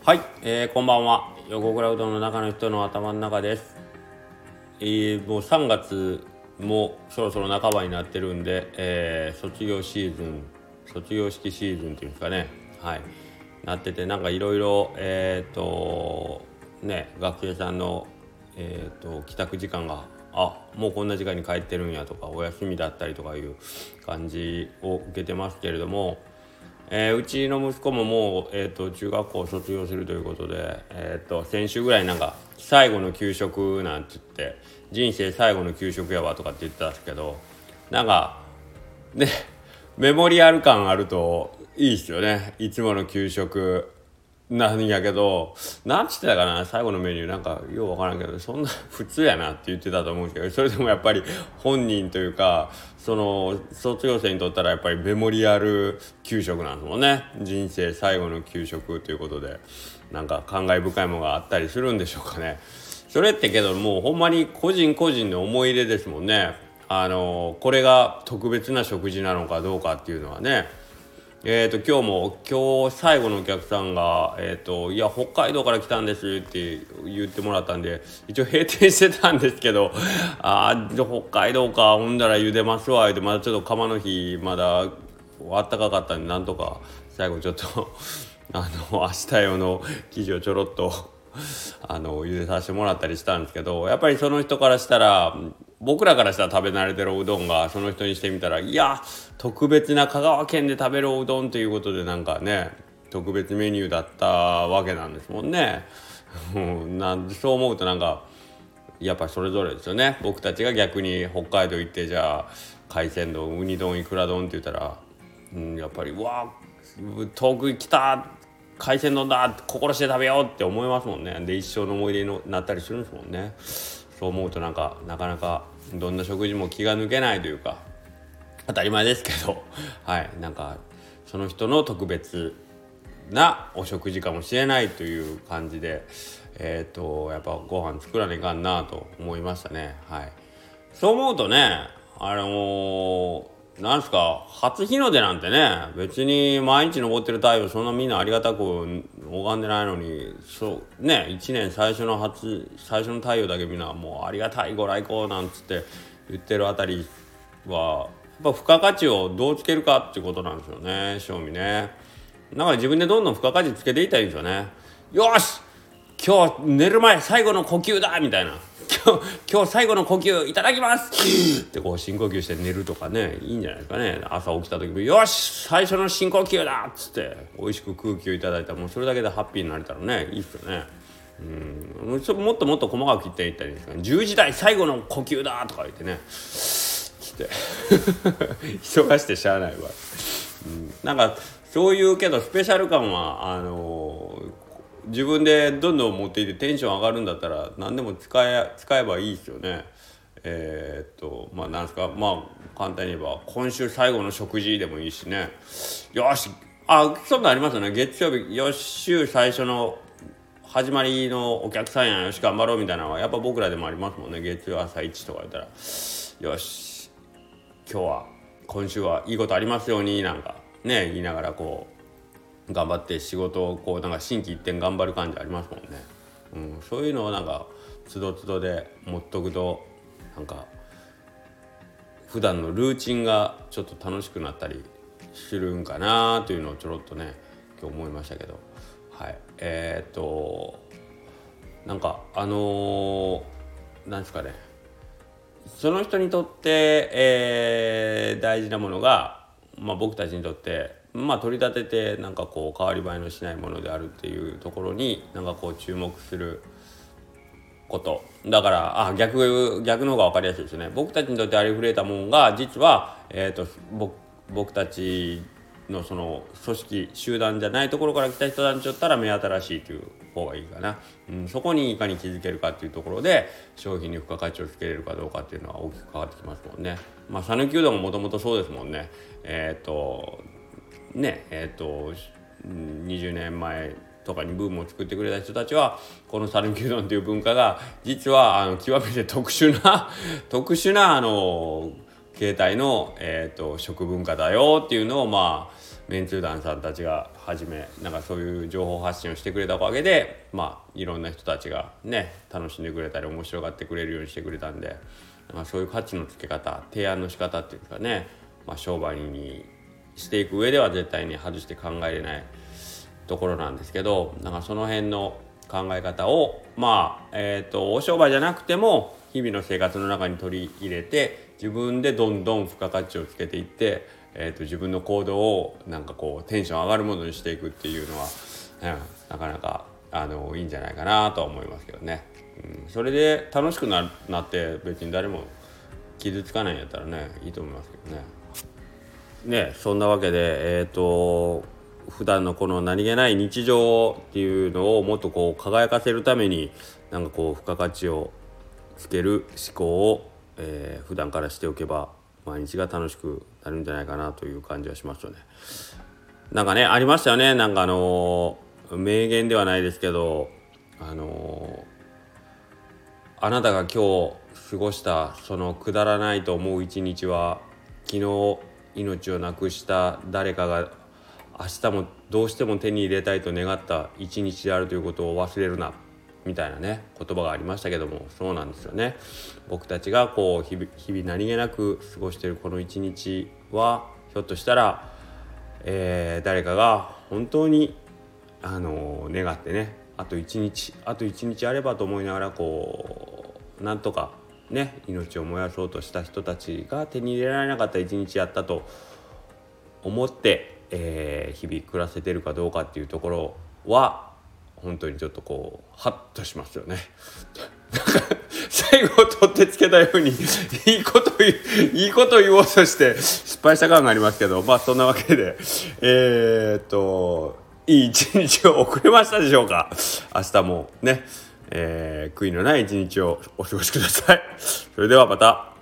はい、こんばんは。横倉うどんの中の人の頭の中です。もう3月もそろそろ半ばになってるんで、卒業式シーズンっていうんですかね、はい、なってて、なんかいろいろ学生さんの帰宅時間がもうこんな時間に帰ってるんやとか、お休みだったりとかいう感じを受けてますけれども、うちの息子ももう、中学校を卒業するということで、先週ぐらいなんか最後の給食なんて言って、人生最後の給食やわとかって言ってたんですけど、なんかね、メモリアル感あるといいですよね。いつもの給食なんやけど、なんつってたかな、最後のメニューなんかようわからんけど、そんな普通やなって言ってたと思うんですけど、それでもやっぱり本人というか、その卒業生にとったらやっぱりメモリアル給食なんですもんね。人生最後の給食ということで、なんか感慨深いものがあったりするんでしょうかね。それってけどもうほんまに個人個人の思い入れですもんね。これが特別な食事なのかどうかっていうのはね。今日最後のお客さんが、いや北海道から来たんですって言ってもらったんで、一応閉店してたんですけど、北海道か、ほんだら茹でますわって、まだちょっと釜の日まだあったかかったんで、なんとか最後ちょっと明日用の生地をちょろっと茹でさせてもらったりしたんですけど、やっぱりその人からしたら、僕らからしたら食べ慣れてるおうどんがその人にしてみたら、いや特別な香川県で食べるおうどんということで、なんかね特別メニューだったわけなんですもんね。なんでそう思うと、なんかやっぱりそれぞれですよね。僕たちが逆に北海道行って、じゃあ海鮮丼、ウニ丼、イクラ丼って言ったら、やっぱり遠く来た海鮮丼だ、心して食べようって思いますもんね。で一生の思い出になったりするんですもんね。そう思うとなかなかどんな食事も気が抜けないというか、当たり前ですけどはい、なんかその人の特別なお食事かもしれないという感じで、やっぱご飯作らないかんなと思いましたね。はい、そう思うとね、なんすか、初日の出なんてね、別に毎日登ってる太陽そんなみんなありがたく拝んでないのに、そうね、1年最初の太陽だけみんなもうありがたいご来光なんつって言ってるあたりは、やっぱ付加価値をどうつけるかっていうことなんですよね、正味ね。だから自分でどんどん付加価値つけていったらいいんですよね。よし、今日寝る前最後の呼吸だみたいな、今日最後の呼吸いただきますってこう深呼吸して寝るとかね、いいんじゃないですかね。朝起きた時もよし最初の深呼吸だっつって美味しく空気をいただいたら、もうそれだけでハッピーになれたらね、いいっすよね。もっともっと細かく切っていったらいいですかね。10時台最後の呼吸だとか言ってねつって忙してしゃあないわ。なんかそういうけどスペシャル感は自分でどんどん持っていってテンション上がるんだったら何でも使えばいいですよね。なんですか、簡単に言えば今週最後の食事でもいいしね。よし、そんなんありますよね。月曜日よし、週最初の始まりのお客さんや、よし頑張ろうみたいなのはやっぱ僕らでもありますもんね。月曜朝一とか言ったら、よし今週はいいことありますようになんかね言いながらこう頑張って仕事をこうなんか心機一転頑張る感じありますもんね。そういうのをなんかつどつどで持っとくと、なんか普段のルーチンがちょっと楽しくなったりするんかなというのをちょろっとね今日思いましたけど、はい、なんかなんですかね、その人にとって、大事なものが、僕たちにとって取り立ててなんかこう変わり映えのしないものであるっていうところになんかこう注目することだから、逆の方が分かりやすいですね。僕たちにとってありふれたものが実は、僕たちのその組織集団じゃないところから来た人たちにとったら目新しいという方がいいかな。そこにいかに気づけるかっていうところで商品に付加価値をつけれるかどうかっていうのは大きく変わってきますもんね。讃岐うどんももともとそうですもんね。20年前とかにブームを作ってくれた人たちは、この讃岐うどんという文化が実は極めて特殊な形態の、食文化だよっていうのをメンツー団さんたちがなんかそういう情報発信をしてくれたおかげでいろんな人たちがね楽しんでくれたり面白がってくれるようにしてくれたんで、そういう価値のつけ方、提案の仕方っていうかね、商売にしていく上では絶対に外して考えれないところなんですけど、なんかその辺の考え方をお商売じゃなくても日々の生活の中に取り入れて、自分でどんどん付加価値をつけていって、自分の行動をなんかこうテンション上がるものにしていくっていうのは、なかなかいいんじゃないかなとは思いますけどね。それで楽しくなって別に誰も傷つかないんやったらねいいと思いますけどね。そんなわけで普段のこの何気ない日常っていうのをもっとこう輝かせるためになんかこう付加価値をつける思考を、普段からしておけば毎日が楽しくなるんじゃないかなという感じはしますよね。なんかねありましたよね。なんか名言ではないですけどあなたが今日過ごしたそのくだらないと思う一日は昨日命をなくした誰かが明日もどうしても手に入れたいと願った一日であるということを忘れるなみたいなね言葉がありましたけども、そうなんですよね。僕たちがこう日々何気なく過ごしているこの一日はひょっとしたら、誰かが本当に願ってねあと一日あればと思いながらこうなんとかね命を燃やそうとした人たちが手に入れられなかった一日やったと思って、日々暮らせてるかどうかっていうところは本当にちょっとこうハッとしますよね。最後取ってつけたようにいいこと言おうとして失敗した感がありますけど、そんなわけでいい一日を送れましたでしょうか。明日もね、悔いのない一日をお過ごしください。それではまた。